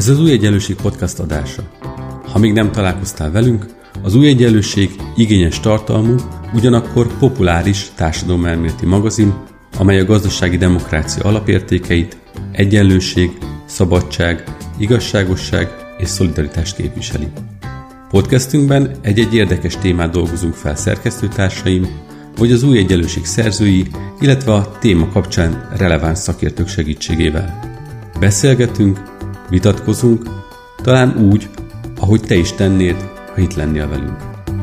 Ez az Új Egyenlőség podcast adása. Ha még nem találkoztál velünk, az Új Egyenlőség igényes tartalmú, ugyanakkor populáris társadalomelméleti magazin, amely a gazdasági demokrácia alapértékeit, egyenlőség, szabadság, igazságosság és szolidaritást képviseli. Podcastünkben egy-egy érdekes témát dolgozunk fel szerkesztőtársaim, vagy az Új Egyenlőség szerzői, illetve a téma kapcsán releváns szakértők segítségével. Beszélgetünk, vitatkozunk, talán úgy, ahogy te is tennéd, ha itt lennél velünk.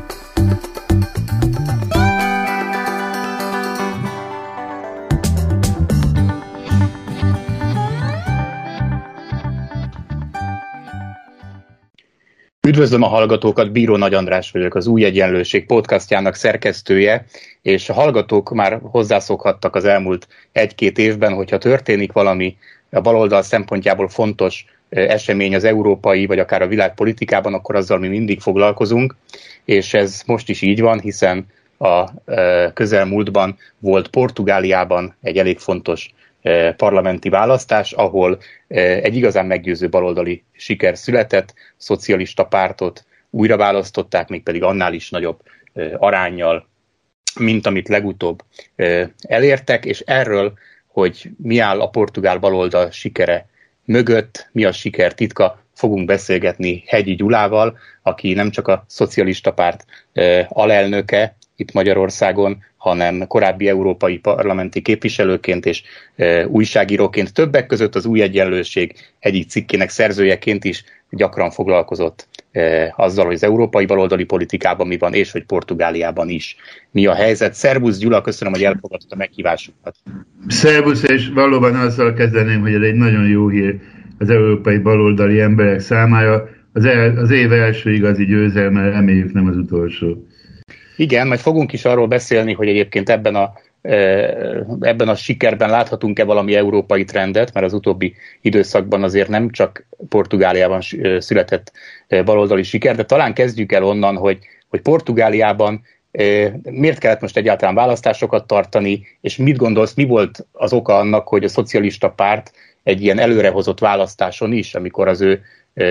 Üdvözlöm a hallgatókat, Bíró Nagy András vagyok, az Új Egyenlőség podcastjának szerkesztője, és a hallgatók már hozzászokhattak az elmúlt 1-2 évben, hogyha történik valami a baloldal szempontjából fontos esemény az európai, vagy akár a világpolitikában, akkor azzal mi mindig foglalkozunk, és ez most is így van, hiszen a közelmúltban volt Portugáliában egy elég fontos parlamenti választás, ahol egy igazán meggyőző baloldali siker született, szocialista pártot újra választották, mégpedig annál is nagyobb aránnyal, mint amit legutóbb elértek, és erről, hogy mi áll a portugál baloldal sikere mögött, mi a siker titka, fogunk beszélgetni Hegyi Gyulával, aki nem csak a szocialista párt alelnöke itt Magyarországon, hanem korábbi európai parlamenti képviselőként és újságíróként, többek között az Új Egyenlőség egyik cikkének szerzőjeként is gyakran foglalkozott azzal, hogy az európai baloldali politikában mi van, és hogy Portugáliában is mi a helyzet. Szervusz Gyula, köszönöm, hogy elfogadtad a meghívásunkat. Szervusz, és valóban azzal kezdeném, hogy ez egy nagyon jó hír az európai baloldali emberek számára. Az év első igazi győzelme, reméljük nem az utolsó. Igen, majd fogunk is arról beszélni, hogy egyébként ebben a sikerben láthatunk-e valami európai trendet, mert az utóbbi időszakban azért nem csak Portugáliában született baloldali siker, de talán kezdjük el onnan, hogy Portugáliában miért kellett most egyáltalán választásokat tartani, és mit gondolsz, mi volt az oka annak, hogy a szocialista párt egy ilyen előrehozott választáson is, amikor az ő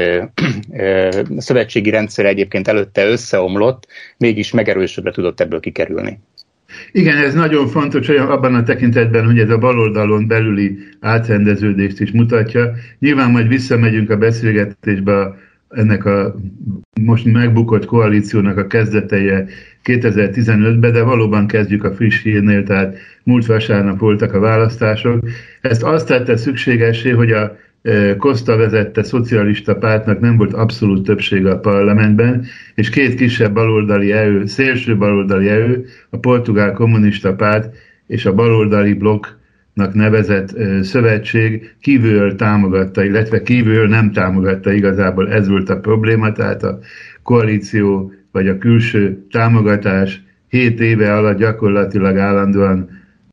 szövetségi rendszer egyébként előtte összeomlott, mégis megerősödve tudott ebből kikerülni. Igen, ez nagyon fontos abban a tekintetben, hogy ez a baloldalon belüli átrendeződést is mutatja. Nyilván majd visszamegyünk a beszélgetésbe ennek a most megbukott koalíciónak a kezdeteje 2015-ben, de valóban kezdjük a friss hírnél, tehát múlt vasárnap voltak a választások. Ezt azt tette szükségessé, hogy a Costa vezette szocialista pártnak nem volt abszolút többsége a parlamentben, és 2 kisebb baloldali erő, szélső baloldali erő, a portugál kommunista párt és a baloldali blokknak nevezett szövetség kívülről támogatta, illetve kívülről nem támogatta, igazából ez volt a probléma, tehát a koalíció vagy a külső támogatás 7 éve alatt gyakorlatilag állandóan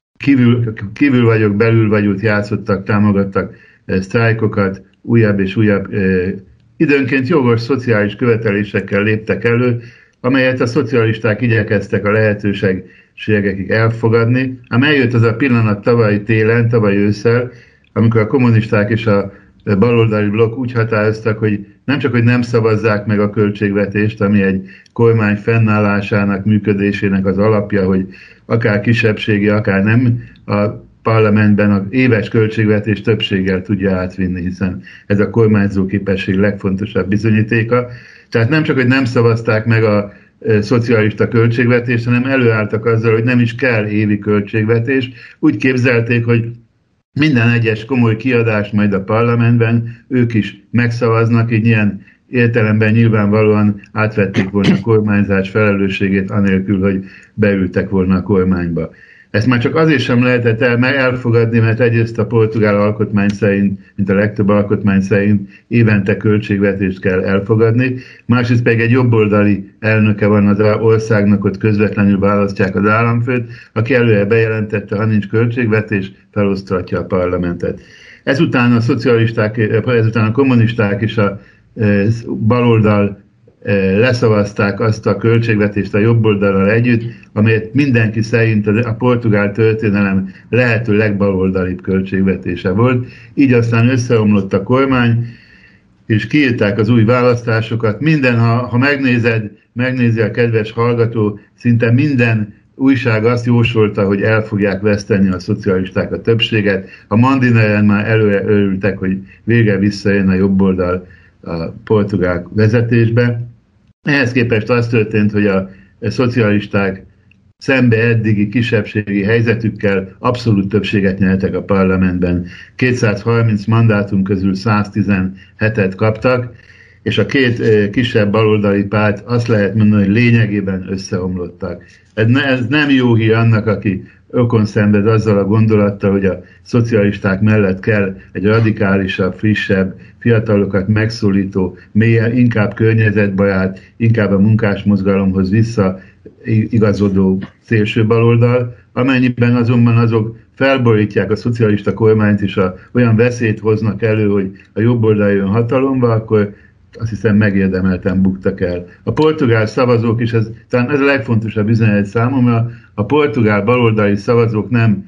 kívül vagyok, belül vagyok, játszottak, támogattak sztrájkokat, újabb és újabb időnként jogos szociális követelésekkel léptek elő, amelyet a szocialisták igyekeztek a lehetőségekig elfogadni, ám eljött az a pillanat tavaly télen, tavaly ősszel, amikor a kommunisták és a baloldali blokk úgy határoztak, hogy nem csak, hogy nem szavazzák meg a költségvetést, ami egy kormány fennállásának, működésének az alapja, hogy akár kisebbségi, akár nem, a parlamentben az éves költségvetés többséggel tudja átvinni, hiszen ez a kormányzó képesség legfontosabb bizonyítéka. Tehát nem csak, hogy nem szavazták meg a szocialista költségvetést, hanem előálltak azzal, hogy nem is kell évi költségvetés. Úgy képzelték, hogy minden egyes komoly kiadást majd a parlamentben ők is megszavaznak, így ilyen értelemben nyilvánvalóan átvették volna a kormányzás felelősségét, anélkül, hogy beültek volna a kormányba. Ezt már csak azért sem lehetett elfogadni, mert egyrészt a portugál alkotmány szerint, mint a legtöbb alkotmány szerint évente költségvetést kell elfogadni, másrészt pedig egy jobboldali elnöke van az országnak, ott közvetlenül választják az államfőt, aki bejelentette, ha nincs költségvetés, feloszthatja a parlamentet. Ezután a kommunisták és a baloldal leszavazták azt a költségvetést a jobboldallal együtt, amelyet mindenki szerint a portugál történelem lehető legbaloldalibb költségvetése volt. Így aztán összeomlott a kormány, és kiírták az új választásokat. Minden, ha megnézi a kedves hallgató, szinte minden újság azt jósolta, hogy el fogják veszteni a szocialisták a többséget. A Mandineren már előre örültek, hogy végre visszajön a jobboldal a portugál vezetésbe. Ehhez képest az történt, hogy a szocialisták szembe eddigi kisebbségi helyzetükkel abszolút többséget nyertek a parlamentben. 230 mandátum közül 117-et kaptak, és a két kisebb baloldali párt azt lehet mondani, hogy lényegében összeomlottak. Ez nem jó hír annak, aki ökon szenved azzal a gondolattal, hogy a szocialisták mellett kell egy radikálisabb, frissebb, fiatalokat megszólító, inkább környezetbarát, inkább a munkásmozgalomhoz visszaigazodó szélső baloldal, amennyiben azonban azok felborítják a szocialista kormányt, és olyan veszélyt hoznak elő, hogy a jobb oldal jön hatalomba, akkor azt hiszem megérdemelten buktak el. A portugál szavazók is, talán ez a legfontosabb üzenet számomra, a portugál baloldali szavazók nem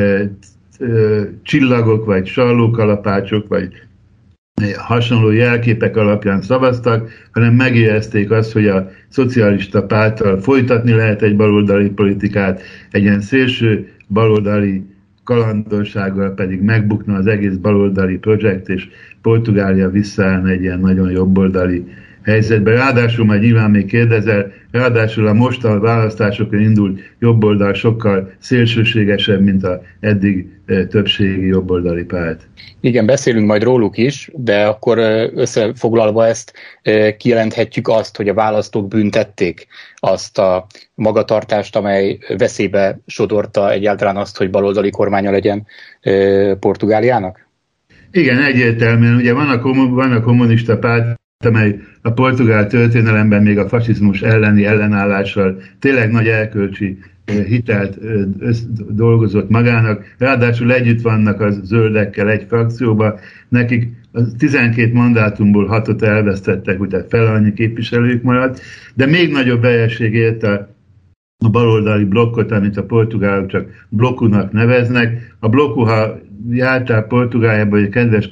csillagok, vagy sarlókalapácsok, vagy hasonló jelképek alapján szavaztak, hanem megérezték azt, hogy a szocialista párttal folytatni lehet egy baloldali politikát, egy ilyen szélső baloldali kalandorsággal pedig megbukna az egész baloldali projekt, és Portugália visszaállna egy ilyen nagyon jobboldali helyzetbe. Ráadásul majd nyilván még kérdezel, ráadásul a mostani választásokon indult jobboldal sokkal szélsőségesebb, mint az eddig többségi jobboldali párt. Igen, beszélünk majd róluk is, de akkor összefoglalva ezt kijelenthetjük azt, hogy a választók büntették azt a magatartást, amely veszélybe sodorta egyáltalán azt, hogy baloldali kormánya legyen Portugáliának? Igen, egyértelműen. Ugye van a kommunista párt, amely a portugál történelemben még a fasizmus elleni ellenállással tényleg nagy erkölcsi hitelt dolgozott magának, ráadásul együtt vannak a zöldekkel egy frakcióba, nekik 12 mandátumból 6-ot elvesztettek, ugye fel annyi képviselők maradt, de még nagyobb vereség érte a baloldali blokkot, amit a portugálok csak blokkunak neveznek. A blokkú, ha jártál Portugáliába, hogy kedves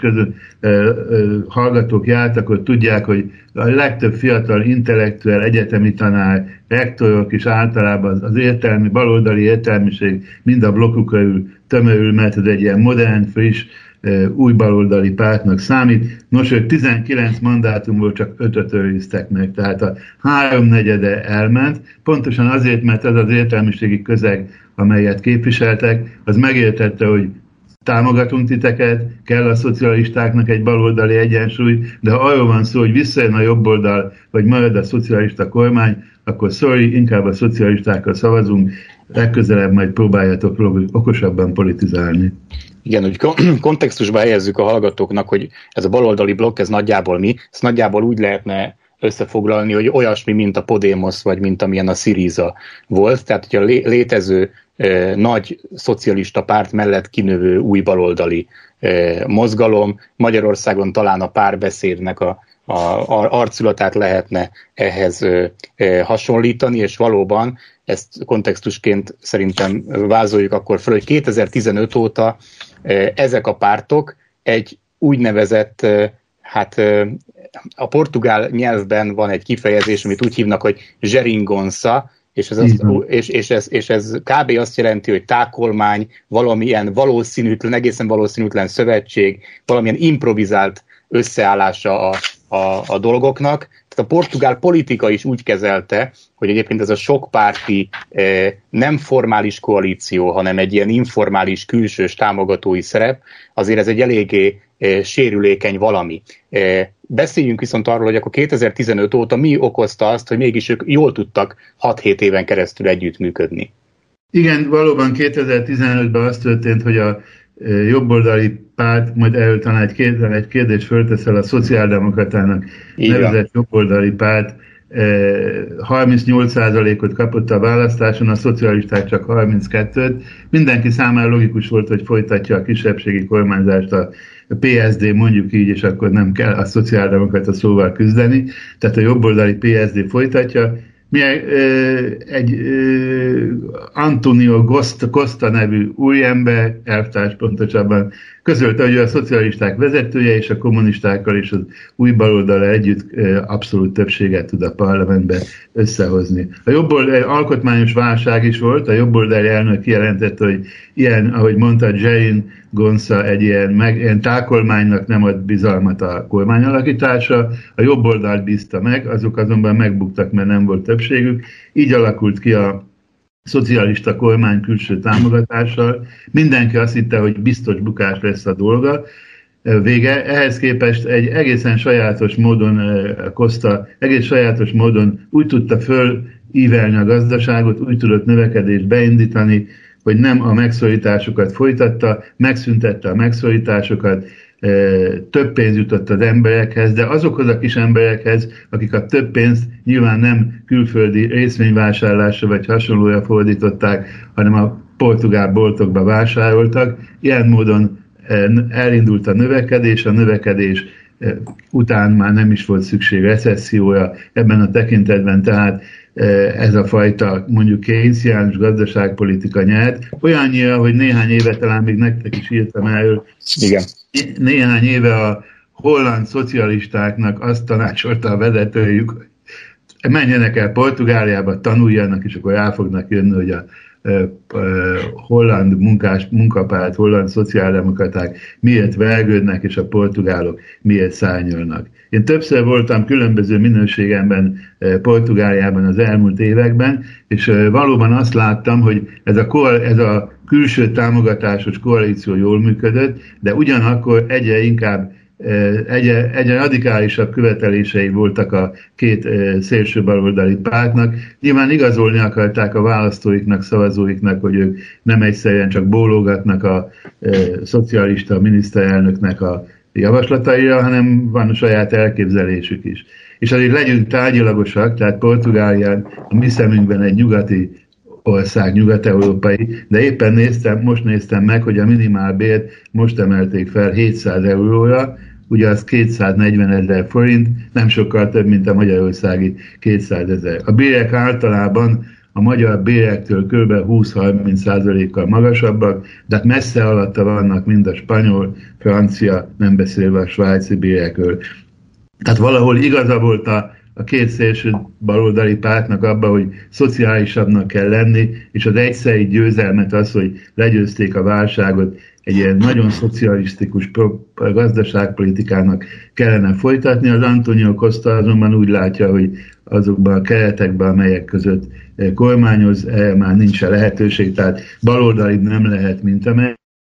hallgatók jártak, hogy tudják, hogy a legtöbb fiatal intellektuel, egyetemi tanár, rektorok is általában az baloldali értelmiség mind a blokkuk körül tömörül, mert ez egy ilyen modern, friss, új baloldali pártnak számít. Nos, ők 19 mandátumból csak 5-öt őriztek meg, tehát a 3/4 elment, pontosan azért, mert ez az értelmiségi közeg, amelyet képviseltek, az megértette, hogy támogatunk titeket, kell a szocialistáknak egy baloldali egyensúly, de ha arról van szó, hogy visszajön a jobb oldal, vagy marad a szocialista kormány, akkor inkább a szocialistákkal szavazunk, legközelebb majd próbáljatok okosabban politizálni. Igen, hogy kontextusba helyezzük a hallgatóknak, hogy ez a baloldali blokk, ez nagyjából mi? Ezt nagyjából úgy lehetne összefoglalni, hogy olyasmi, mint a Podemos, vagy mint amilyen a Syriza volt. Tehát, hogy a létező nagy szocialista párt mellett kinövő új baloldali mozgalom, Magyarországon talán a Párbeszédnek a arculatát lehetne ehhez hasonlítani, és valóban ezt kontextusként szerintem vázoljuk akkor fel, hogy 2015 óta ezek a pártok egy úgynevezett, a portugál nyelvben van egy kifejezés, amit úgy hívnak, hogy geringonça, és ez kb. Azt jelenti, hogy tákolmány, valamilyen valószínűtlen, egészen valószínűtlen szövetség, valamilyen improvizált összeállása a dolgoknak. Tehát a portugál politika is úgy kezelte, hogy egyébként ez a sokpárti nem formális koalíció, hanem egy ilyen informális, külsős támogatói szerep, azért ez egy eléggé sérülékeny valami. Beszéljünk viszont arról, hogy akkor 2015 óta mi okozta azt, hogy mégis ők jól tudtak 6-7 éven keresztül együttműködni. Igen, valóban 2015-ben az történt, hogy a jobboldali párt, majd erről talán egy kérdést fölteszel, a szociáldemokratának nevezett jobboldali párt 38%-ot kapott a választáson, a szocialisták csak 32-t. Mindenki számára logikus volt, hogy folytatja a kisebbségi kormányzást a PSD, mondjuk így, és akkor nem kell a szociáldemokrata szóval küzdeni. Tehát a jobboldali PSD folytatja. Antonio Costa nevű úriember, elvtárs pontosabban, közölte, hogy ő a szocialisták vezetője, és a kommunistákkal és az új baloldal együtt abszolút többséget tud a parlamentbe összehozni. A jobboldali alkotmányos válság is volt, a jobboldali elnök kijelentette, hogy ilyen, ahogy mondta Jane Gonsa, egy ilyen tákolmánynak nem ad bizalmat a kormány alakítása, a jobboldalt bízta meg, azok azonban megbuktak, mert nem volt többségük. Így alakult ki a szocialista kormány külső támogatással. Mindenki azt hitte, hogy biztos bukás lesz a dolga. Vége. Ehhez képest egy egészen sajátos módon Costa, egész sajátos módon úgy tudta fölívelni a gazdaságot, úgy tudott növekedést beindítani, hogy nem a megszorításokat folytatta, megszüntette a megszorításokat, több pénz jutott az emberekhez, de azokhoz a kis emberekhez, akik a több pénzt nyilván nem külföldi részvényvásárlásra vagy hasonlóra fordították, hanem a portugál boltokba vásároltak. Ilyen módon elindult a növekedés után már nem is volt szükség recesszióra ebben a tekintetben, tehát ez a fajta mondjuk keynesiánus gazdaságpolitika nyert. Olyannyira, hogy néhány éve, talán még nektek is írtam erről, igen. Néhány éve a holland szocialistáknak azt tanácsolta a vezetőjük, hogy menjenek el Portugáliába, tanuljanak, és akkor rá fognak jönni, hogy a holland munkapárt, holland szociáldemokraták miért vergődnek, és a portugálok miért szárnyolnak. Én többször voltam különböző minőségemben Portugáliában az elmúlt években, és valóban azt láttam, hogy ez a külső támogatásos koalíció jól működött, de ugyanakkor egyre radikálisabb követelései voltak a két szélső baloldali pártnak. Nyilván igazolni akarták a választóiknak, szavazóiknak, hogy ők nem egyszerűen csak bólogatnak a szocialista miniszterelnöknek a javaslataira, hanem van a saját elképzelésük is. És azért legyünk tárgyilagosak, tehát Portugália a mi szemünkben egy nyugati ország, nyugat-európai, de éppen most néztem meg, hogy a minimálbért most emelték fel 700 euróra, ugye az 240 000 forint, nem sokkal több, mint a magyarországi 200 000. A bérek általában a magyar bérektől kb. 20-30%-kal magasabbak, de hát messze alatta vannak mind a spanyol, francia, nem beszélve a svájci bérekről. Tehát valahol igaza volt a két szélső baloldali pártnak abban, hogy szociálisabbnak kell lenni, és az egyszeri győzelmet az, hogy legyőzték a válságot, egy ilyen nagyon szocialisztikus gazdaságpolitikának kellene folytatni. Az Antonio Costa azonban úgy látja, hogy azokban a keretekben, amelyek között kormányoz, már nincs lehetőség, tehát baloldali nem lehet, mint amennyi,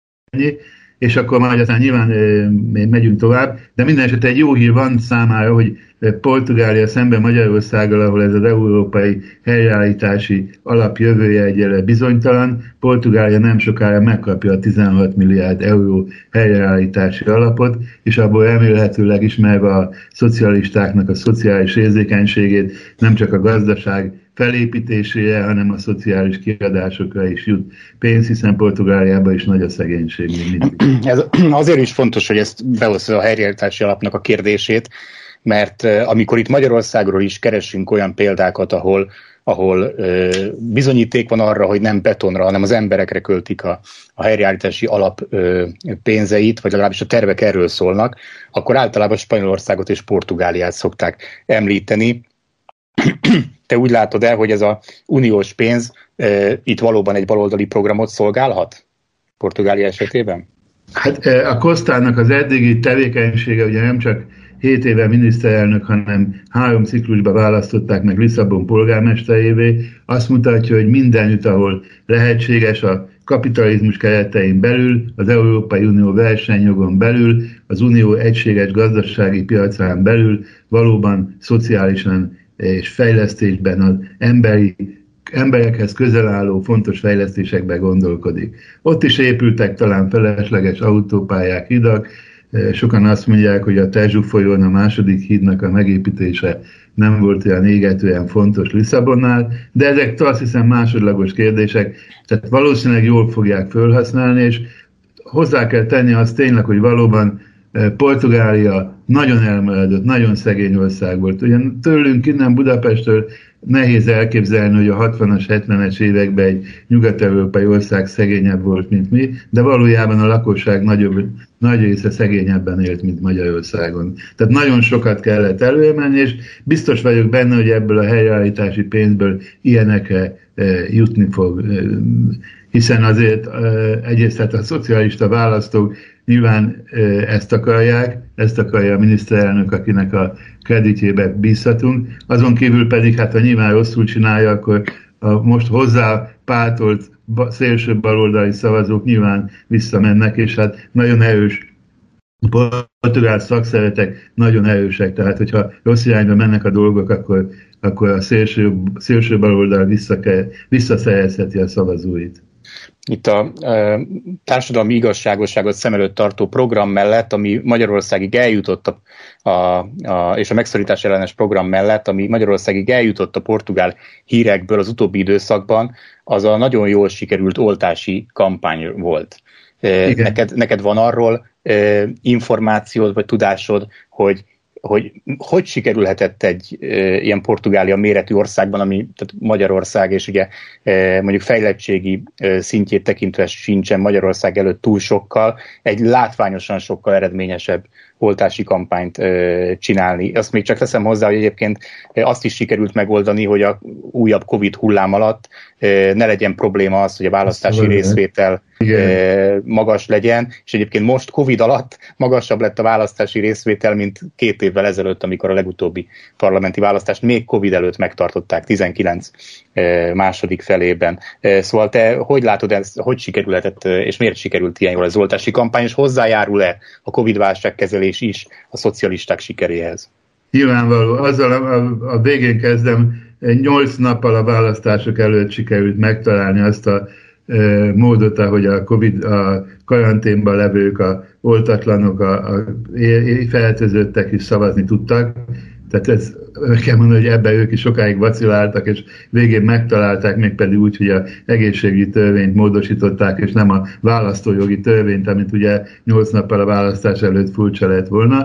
és akkor majd aztán nyilván megyünk tovább, de minden esetre egy jó hír van számára, hogy Portugália szemben Magyarországgal, ahol ez az európai helyreállítási alap jövője egyelőre bizonytalan, Portugália nem sokára megkapja a 16 milliárd euró helyreállítási alapot, és abból remélhetőleg ismerve a szocialistáknak a szociális érzékenységét nem csak a gazdaság felépítésére, hanem a szociális kiadásokra is jut pénz, hiszen Portugáliában is nagy a szegénység. Ez azért is fontos, hogy ezt behozza a helyreállítási alapnak a kérdését, mert amikor itt Magyarországról is keresünk olyan példákat, ahol bizonyíték van arra, hogy nem betonra, hanem az emberekre költik a helyreállítási alap pénzeit, vagy legalábbis a tervek erről szólnak, akkor általában Spanyolországot és Portugáliát szokták említeni. Te úgy látod el, hogy ez az uniós pénz itt valóban egy baloldali programot szolgálhat Portugália esetében? Hát a Costának az eddigi tevékenysége ugye nem csak 7 éve miniszterelnök, hanem 3 ciklusba választották meg Lisszabon polgármesterévé. Azt mutatja, hogy mindenütt, ahol lehetséges, a kapitalizmus keretein belül, az Európai Unió versenyjogon belül, az Unió egységes gazdasági piacán belül valóban szociálisan és fejlesztésben az emberekhez közel álló fontos fejlesztésekben gondolkodik. Ott is épültek talán felesleges autópályák, hidak. Sokan azt mondják, hogy a Tesju folyón a második hídnak a megépítése nem volt olyan égetően fontos Lisszabonnál, de ezek azt hiszem másodlagos kérdések, tehát valószínűleg jól fogják felhasználni, és hozzá kell tenni azt tényleg, hogy valóban Portugália nagyon elmaradott, nagyon szegény ország volt. Ugyan tőlünk innen Budapesttől nehéz elképzelni, hogy a 60-as, 70-es években egy nyugat-európai ország szegényebb volt, mint mi, de valójában a lakosság nagy része szegényebben élt, mint Magyarországon. Tehát nagyon sokat kellett előmenni, és biztos vagyok benne, hogy ebből a helyreállítási pénzből ilyenekre jutni fog. Hiszen azért egyrészt hát a szocialista választók nyilván ezt akarja a miniszterelnök, akinek a kreditjébe bízhatunk. Azon kívül pedig, hát ha nyilván rosszul csinálja, akkor a most hozzá pártolt szélső baloldali szavazók nyilván visszamennek, és hát nagyon erős portugál szakszervezetek, nagyon erősek, tehát hogyha rossz irányba mennek a dolgok, akkor a szélső baloldal visszaszerezheti a szavazóit. Itt a társadalmi igazságosságot szem előtt tartó program mellett, ami Magyarországig eljutott és a megszorítás ellenes program mellett, ami Magyarországig eljutott a portugál hírekből az utóbbi időszakban, az a nagyon jól sikerült oltási kampány volt. Neked van arról információd vagy tudásod, hogy sikerülhetett egy ilyen Portugália méretű országban, ami tehát Magyarország, és ugye mondjuk fejlettségi szintjét tekintve sincsen Magyarország előtt túl sokkal, egy látványosan sokkal eredményesebb oltási kampányt csinálni. Azt még csak teszem hozzá, hogy egyébként azt is sikerült megoldani, hogy a újabb Covid hullám alatt ne legyen probléma az, hogy a választási részvétel magas legyen, és egyébként most Covid alatt magasabb lett a választási részvétel, mint 2 évvel ezelőtt, amikor a legutóbbi parlamenti választást még Covid előtt megtartották 19 második felében. Szóval te hogy látod ezt, hogy sikerülhetett, és miért sikerült ilyen jól az oltási kampány, és hozzájárul-e a Covid válságkezelés is a szocialisták sikeréhez? Nyilvánvaló. Azzal a végén kezdem, 8 nappal a választások előtt sikerült megtalálni azt a módot, ahogy a karanténban levők, a oltatlanok, a fertőzöttek is szavazni tudtak. Tehát ez, kell mondani, hogy ebben ők is sokáig vaciláltak, és végén megtalálták, mégpedig úgy, hogy az egészségügyi törvényt módosították, és nem a választójogi törvényt, amit ugye 8 nappal a választás előtt furcsa lett volna.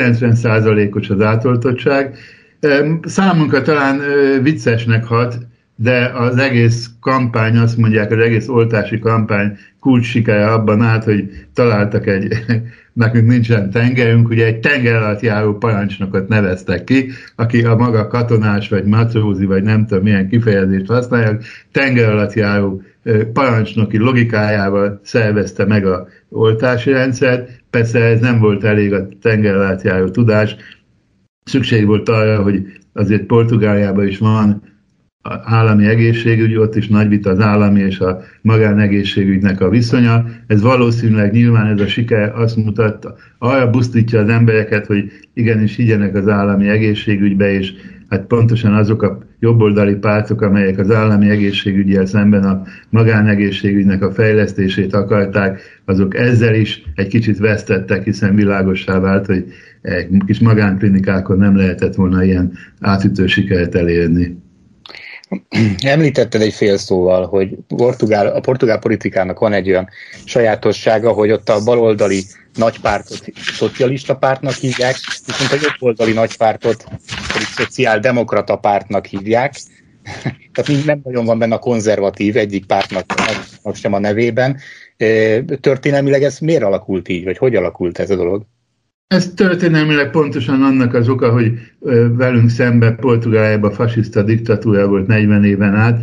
90%-os az átoltottság. Számunkra talán viccesnek hat, de az egész kampány, azt mondják, az egész oltási kampány kulcs sikere abban állt, hogy találtak nekünk nincsen tengerünk, ugye egy tenger alatt járó parancsnokot neveztek ki, aki a maga katonás, vagy matrózi, vagy nem tudom milyen kifejezést használják, tenger alatt járó parancsnoki logikájával szervezte meg a oltási rendszert. Persze ez nem volt elég a tenger alatt járó tudás, szükség volt arra, hogy azért Portugáliában is van állami egészségügy, ott is nagy vita az állami és a magánegészségügynek a viszonya. Ez valószínűleg nyilván ez a siker azt mutatta, arra buzdítja az embereket, hogy igenis higgyenek az állami egészségügybe, és hát pontosan azok a jobboldali pártok, amelyek az állami egészségügyel szemben a magánegészségügynek a fejlesztését akarták, azok ezzel is egy kicsit vesztettek, hiszen világossá vált, hogy egy kis magánklinikákon nem lehetett volna ilyen átütő sikert elérni. Említetted egy fél szóval, hogy a portugál politikának van egy olyan sajátossága, hogy ott a baloldali nagypártot szocialista pártnak hívják, viszont a jobboldali nagypártot pedig szociáldemokrata pártnak hívják. Tehát nem nagyon van benne a konzervatív egyik pártnak sem a nevében. Történelmileg ez miért alakult így, vagy hogy alakult ez a dolog? Ez történelmileg pontosan annak az oka, hogy velünk szemben Portugáliában fasiszta diktatúra volt 40 éven át.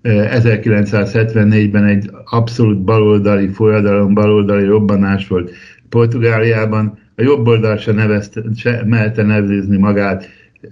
1974-ben egy abszolút baloldali forradalom, baloldali robbanás volt Portugáliában. A jobb oldal se melte nevezni magát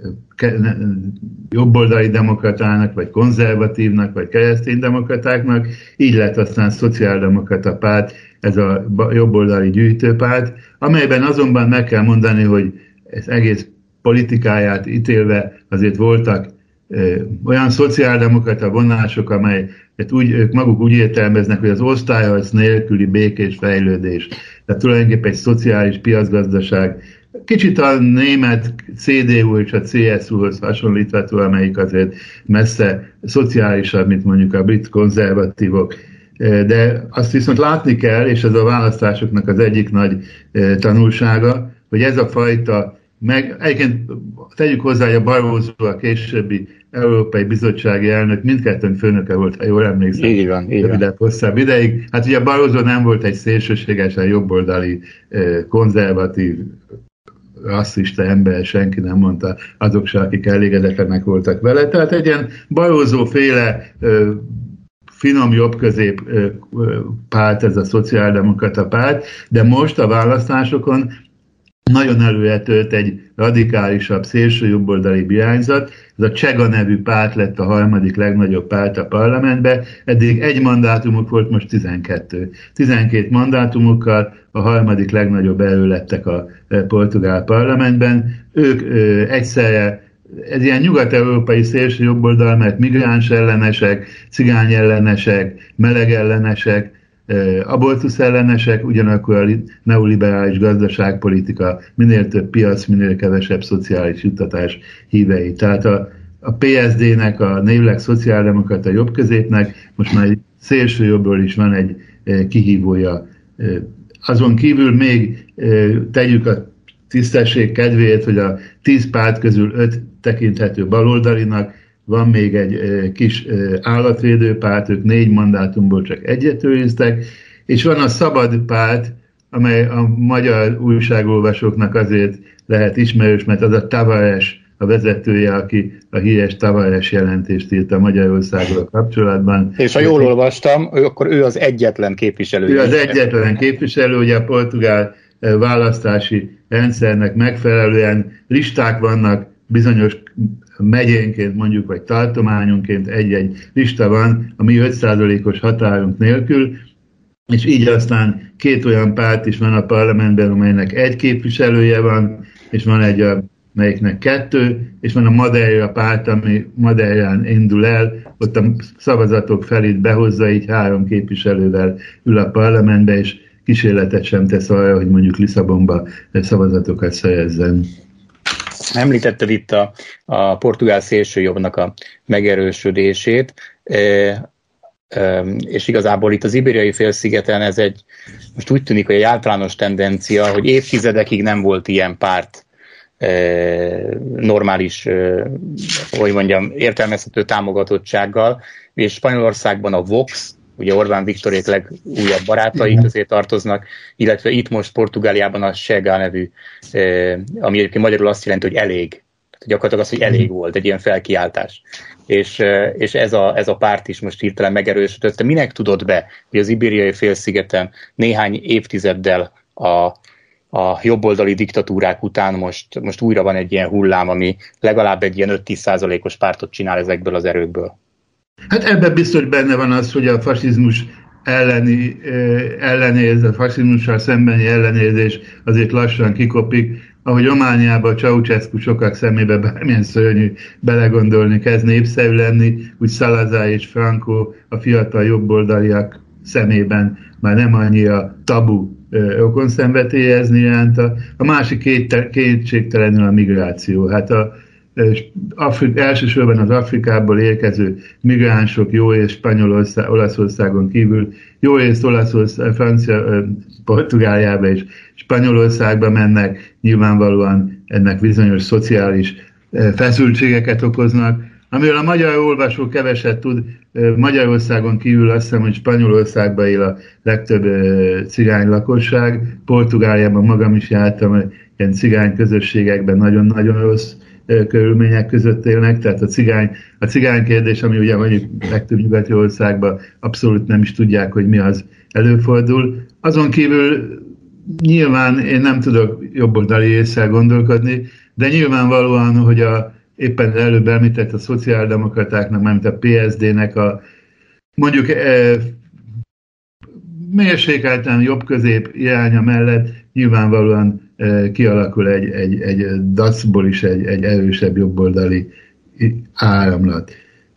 jobboldali demokratának, vagy konzervatívnak, vagy kereszténydemokratáknak. Így lett aztán szociáldemokrata párt, ez a jobboldali gyűjtőpárt, amelyben azonban meg kell mondani, hogy ez egész politikáját ítélve azért voltak olyan szociáldemokrata vonások, amelyet ők maguk úgy értelmeznek, hogy az osztályharc nélküli békés fejlődés. Tehát tulajdonképpen egy szociális piacgazdaság, kicsit a német CDU és a CSU-hoz hasonlítható, amelyik azért messze szociálisabb, mint mondjuk a brit konzervatívok. De azt viszont látni kell, és ez a választásoknak az egyik nagy tanulsága, hogy ez a fajta meg egyébként tegyük hozzá, hogy a Barroso, a későbbi Európai Bizottsági elnök mindkettőnk főnöke volt, ha jól emlékszem. Így van. Hosszabb ideig. Hát ugye a Barroso nem volt egy szélsőségesen jobboldali, konzervatív, rasszista ember, senki nem mondta, azok se, akik elégedetlenek voltak vele. Tehát egy ilyen Barroso-féle finom jobb-közép párt, ez a szociáldemokrata párt, de most a választásokon nagyon előretölt egy radikálisabb, szélsőjobboldali irányzat. Ez a Csega nevű párt lett a harmadik legnagyobb párt a parlamentben. Eddig egy mandátumuk volt, most 12. 12 mandátumokkal a harmadik legnagyobb erő lettek a portugál parlamentben. Ők egyszerre ez ilyen nyugat-európai szélsőjobboldal, mert migráns ellenesek, cigány ellenesek, meleg ellenesek, abortusz ellenesek, ugyanakkor a neoliberális gazdaságpolitika, minél több piac, minél kevesebb szociális juttatás hívei. Tehát a PSD-nek, a névleg szociáldemokrata jobbközépnek most már szélső jobbról is van egy kihívója. Azon kívül még tegyük a tisztesség kedvéért, hogy a 10 párt közül 5 tekinthető baloldalinak, van még egy kis állatvédő párt, ők 4 mandátumból csak egyet őriztek, és van a Szabad párt, amely a magyar újságolvasóknak azért lehet ismerős, mert az a Tavares, a vezetője, aki a híres Tavares jelentést írt a Magyarországgal kapcsolatban. És ha jól olvastam, akkor ő az egyetlen képviselő. Ő az egyetlen képviselő, ugye a portugál választási rendszernek megfelelően listák vannak, bizonyos megyénként mondjuk, vagy tartományonként egy-egy lista van, a mi 5%-os határunk nélkül, és így aztán 2 olyan párt is van a parlamentben, amelynek 1 képviselője van, és van egy, melyiknek 2, és van a Madeira párt, ami Madeirán indul el, ott a szavazatok felét behozza, így 3 képviselővel ül a parlamentbe, és kísérletet sem tesz arra, hogy mondjuk Lisszabonba szavazatokat szerezzen. Említetted itt a portugál szélsőjobbnak a megerősödését, és igazából itt az Ibériai félszigeten ez most úgy tűnik, hogy egy általános tendencia, hogy évtizedekig nem volt ilyen párt normális, hogy mondjam, értelmezhető támogatottsággal, és Spanyolországban a Vox, ugye Orbán Viktorék legújabb barátai közé tartoznak, illetve itt most Portugáliában a Chega nevű, ami egyébként magyarul azt jelenti, hogy elég. Tehát gyakorlatilag az, hogy elég volt, egy ilyen felkiáltás. És ez a párt is most hirtelen megerősödött. Te minek tudod be, hogy az Ibériai félszigeten néhány évtizeddel a jobboldali diktatúrák után most újra van egy ilyen hullám, ami legalább egy ilyen 5-10%-os pártot csinál ezekből az erőkből? Hát ebben biztos benne van az, hogy a fasizmus a fasizmussal szembeni ellenérzés azért lassan kikopik. Ahogy Romániában Ceausescu sokak szemébe bármilyen szörnyű belegondolni kezd népszerű lenni, úgy Salazar és Franco a fiatal jobboldaliak szemében már nem annyira tabu rokonszenvet érezni iránta. A másik kétségtelenül a migráció. Hát elsősorban az Afrikából érkező migránsok jó és Olaszországon kívül, jó és Portugáliába és Spanyolországba mennek, nyilvánvalóan ennek bizonyos szociális feszültségeket okoznak. Amiről a magyar olvasó keveset tud, Magyarországon kívül azt hiszem, hogy Spanyolországban él a legtöbb cigány lakosság, Portugáliában magam is jártam, ilyen cigány közösségekben nagyon-nagyon rossz körülmények között élnek, tehát a cigány kérdés, ami ugye mondjuk legtöbb nyugati országban abszolút nem is tudják, hogy mi az, előfordul. Azon kívül nyilván én nem tudok jobboldali ésszel gondolkodni, de nyilvánvalóan, hogy éppen előbb említett a szociáldemokratáknak, mármint a PSD-nek mondjuk mérsékelten jobb-közép iránya mellett nyilvánvalóan kialakul egy DAC-ból is egy erősebb jobboldali áramlat.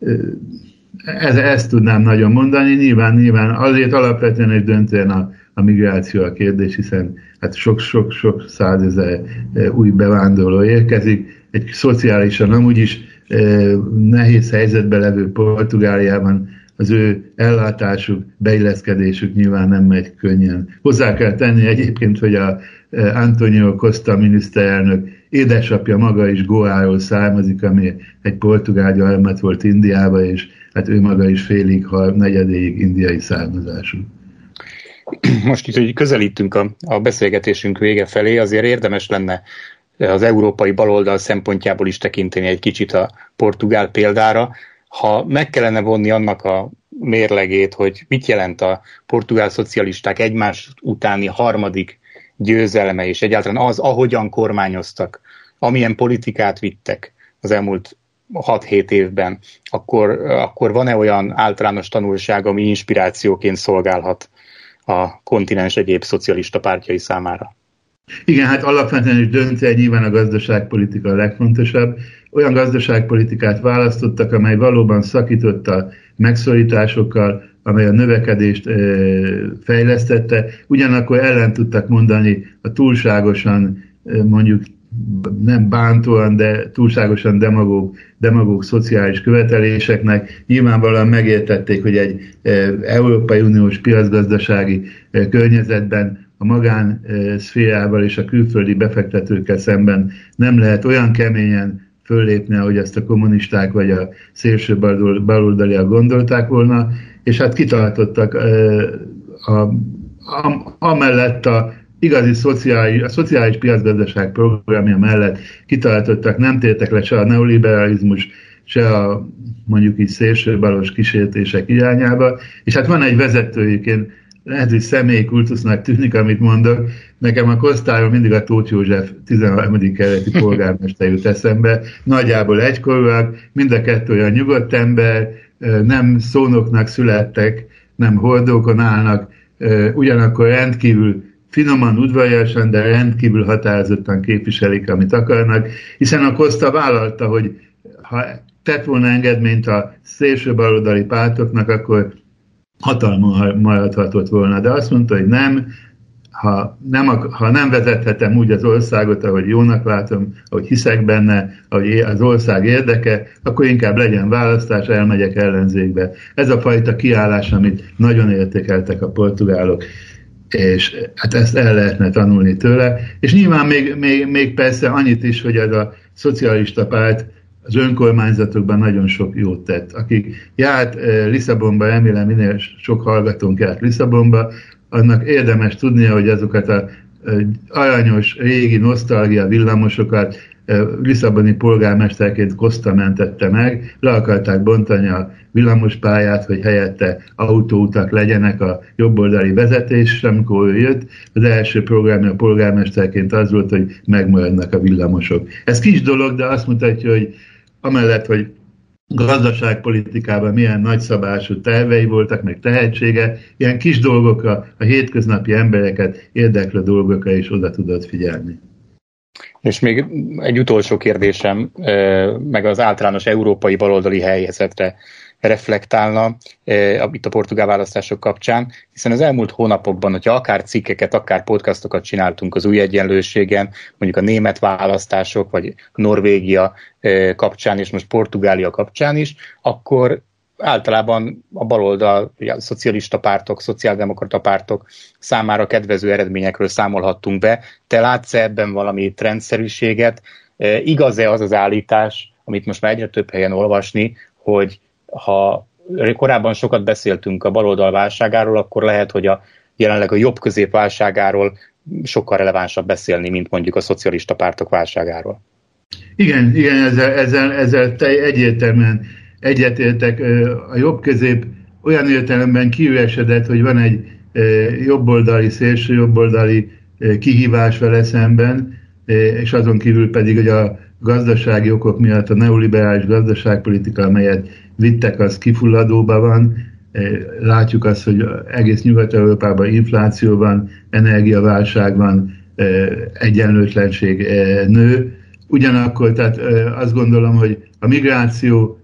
Ezt tudnám nagyon mondani. Nyilván azért alapvetően és döntően a migráció a kérdés, hiszen hát sok százezer új bevándorló érkezik. Egy szociálisan amúgy is nehéz helyzetben levő Portugáliában az ő ellátásuk, beilleszkedésük nyilván nem megy könnyen. Hozzá kell tenni egyébként, hogy a António Costa miniszterelnök édesapja maga is Goáról származik, ami egy portugál gyarmat volt Indiába, és hát ő maga is félig, negyedéig indiai származású. Most itt, hogy közelítünk a beszélgetésünk vége felé, azért érdemes lenne az európai baloldal szempontjából is tekinteni egy kicsit a portugál példára. Ha meg kellene vonni annak a mérlegét, hogy mit jelent a portugál szocialisták egymás utáni harmadik győzelme, és egyáltalán az, ahogyan kormányoztak, amilyen politikát vittek az elmúlt 6-7 évben, akkor van-e olyan általános tanulság, ami inspirációként szolgálhat a kontinens egyéb szocialista pártjai számára? Igen, hát alapvetően is döntően nyilván a gazdaságpolitika a legfontosabb. Olyan gazdaságpolitikát választottak, amely valóban szakított a megszorításokkal, amely a növekedést fejlesztette, ugyanakkor ellen tudtak mondani a túlságosan, mondjuk nem bántóan, de túlságosan demagóg szociális követeléseknek. Nyilvánvalóan megértették, hogy egy Európai Uniós piacgazdasági környezetben a magánszférával és a külföldi befektetőkkel szemben nem lehet olyan keményen föllépni, ahogy ezt a kommunisták vagy a szélső baloldaliak gondolták volna, és hát kitartottak amellett a igazi szociális piacgazdaság programja mellett kitartottak, nem tértek le se a neoliberalizmus, se a mondjuk így szélsőbalos kísértések irányába, és hát van egy vezetőjük, én lehet, hogy személyi kultusznak tűnik, amit mondok, nekem a Kosztáról mindig a Tóth József 13. kerületi polgármester jut eszembe, nagyjából egykorúak, mind a kettő olyan nyugodt ember, nem szónoknak születtek, nem hordókon állnak, ugyanakkor rendkívül finoman, udvariasan, de rendkívül határozottan képviselik, amit akarnak, hiszen a Costa vállalta, hogy ha tett volna engedményt a szélső baloldali pártoknak, akkor hatalma maradhatott volna, de azt mondta, hogy ha nem vezethetem úgy az országot, ahogy jónak látom, ahogy hiszek benne, ahogy az ország érdeke, akkor inkább legyen választás, elmegyek ellenzékbe. Ez a fajta kiállás, amit nagyon értékeltek a portugálok, és hát ezt el lehetne tanulni tőle. És nyilván még persze annyit is, hogy ez a szocialista párt az önkormányzatokban nagyon sok jót tett. Akik járt Lisszabonba, remélem minél sok hallgatónk járt Lisszabonba, annak érdemes tudnia, hogy azokat az aranyos, régi nosztalgia villamosokat lisszaboni polgármesterként Costa mentette meg, le akarták bontani a villamospályát, hogy helyette autóutak legyenek a jobboldali vezetés, amikor ő jött. Az első programja a polgármesterként az volt, hogy megmaradnak a villamosok. Ez kis dolog, de azt mutatja, hogy amellett, hogy gazdaságpolitikában milyen nagyszabású tervei voltak, meg tehetsége, ilyen kis dolgokra, a hétköznapi embereket érdeklő dolgokra is oda tudott figyelni. És még egy utolsó kérdésem, meg az általános európai baloldali helyzetre reflektálna itt a portugál választások kapcsán, hiszen az elmúlt hónapokban, hogyha akár cikkeket, akár podcastokat csináltunk az új egyenlőségen, mondjuk a német választások, vagy Norvégia kapcsán, és most Portugália kapcsán is, akkor általában a baloldal, a szocialista pártok, szociáldemokrata pártok számára kedvező eredményekről számolhattunk be. Te látsz ebben valami trendszerűséget? Igaz-e az az állítás, amit most már egyre több helyen olvasni, hogy ha korábban sokat beszéltünk a baloldal válságáról, akkor lehet, hogy jelenleg a jobb közép válságáról sokkal relevánsabb beszélni, mint mondjuk a szocialista pártok válságáról. Igen, ezzel egyértelműen egyetértek. A jobb közép olyan értelemben kiüresedett, hogy van egy jobboldali, szélső jobboldali kihívás vele szemben, és azon kívül pedig, hogy a gazdasági okok miatt a neoliberális gazdaságpolitika, amelyet vittek, az kifulladóban van. Látjuk azt, hogy egész Nyugat-Európában infláció van, energiaválság van, egyenlőtlenség nő. Ugyanakkor tehát azt gondolom, hogy a migráció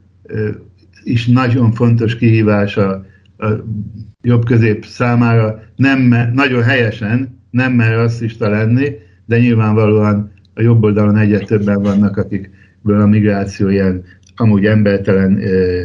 is nagyon fontos kihívás a jobb közép számára, nagyon helyesen, nem mer rasszista lenni, de nyilvánvalóan a jobb oldalon egyre többen vannak, akikből a migráció ilyen amúgy embertelen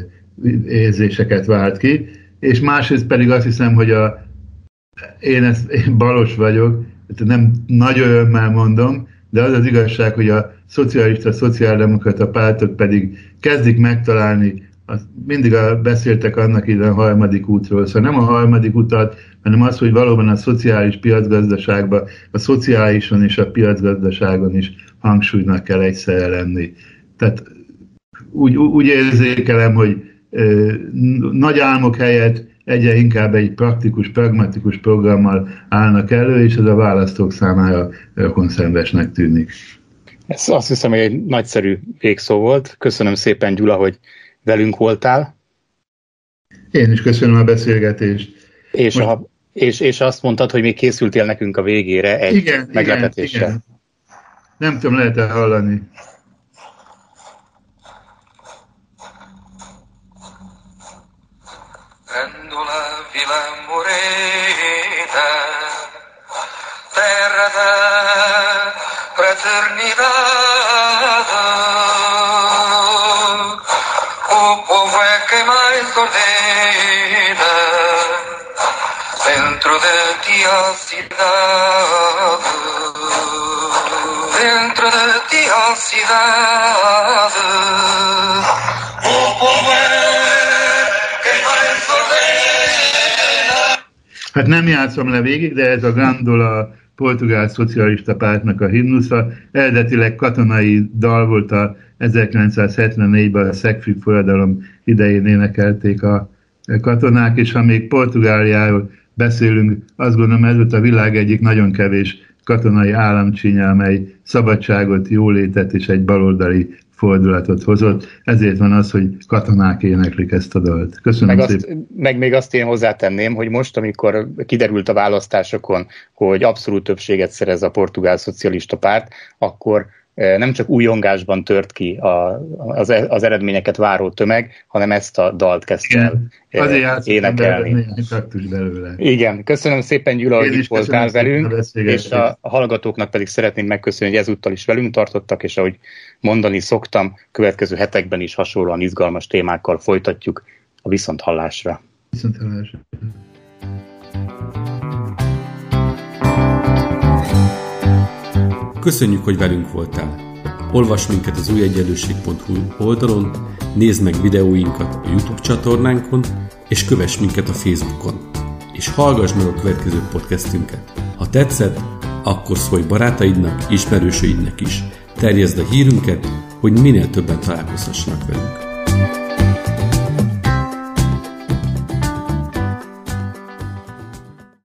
érzéseket vált ki, és másrészt pedig azt hiszem, hogy én balos vagyok, nem nagy örömmel mondom, de az az igazság, hogy a szocialista, szociáldemokrata pártok pedig kezdik megtalálni, mindig beszéltek annak idején a harmadik útról, szóval nem a harmadik utat, hanem az, hogy valóban a szociális piacgazdaságban, a szociálison és a piacgazdaságon is hangsúlynak kell egyszerre lenni. Tehát úgy érzékelem, hogy nagy álmok helyett egyre inkább egy praktikus, pragmatikus programmal állnak elő, és ez a választók számára konszenvesnek tűnik. Ez azt hiszem, hogy egy nagyszerű végszó volt. Köszönöm szépen, Gyula, hogy velünk voltál. Én is köszönöm a beszélgetést. És azt mondtad, hogy még készültél nekünk a végére egy meglepetéssel. Igen. Nem tudom, lehet-e hallani. Vendola Villa Morena, terra da fraternidad. O povo é quem mais ordena dentro de ti a cidade, dentro de ti a cidade. O povo é quem mais ordena. Hát nem játszom le végig, de ez a Grandola portugál szocialista pártnak a himnusza. Eredetileg katonai dal volt, a 1974-ben a szegfű forradalom idején énekelték a katonák, és ha még Portugáliáról beszélünk, azt gondolom, ez volt a világ egyik nagyon kevés katonai államcsínya, amely szabadságot, jólétet és egy baloldali fordulatot hozott. Ezért van az, hogy katonák éneklik ezt a dalt. Köszönöm szépen. Meg még azt én hozzátenném, hogy most, amikor kiderült a választásokon, hogy abszolút többséget szerez a portugál szocialista párt, akkor nem csak újongásban tört ki az eredményeket váró tömeg, hanem ezt a dalt kezdte el énekelni. Igen, köszönöm szépen, Gyula, hogy itt voltál velünk, és a hallgatóknak pedig szeretném megköszönni, hogy ezúttal is velünk tartottak, és ahogy mondani szoktam, következő hetekben is hasonlóan izgalmas témákkal folytatjuk a viszonthallásra. Viszonthallásra. Köszönjük, hogy velünk voltál! Olvasd minket az újegyenlőség.hu oldalon, nézd meg videóinkat a YouTube csatornánkon, és kövess minket a Facebookon. És hallgass meg a következő podcastünket. Ha tetszett, akkor szólj barátaidnak, ismerősöidnek is. Terjeszd a hírünket, hogy minél többen találkozhassanak velünk.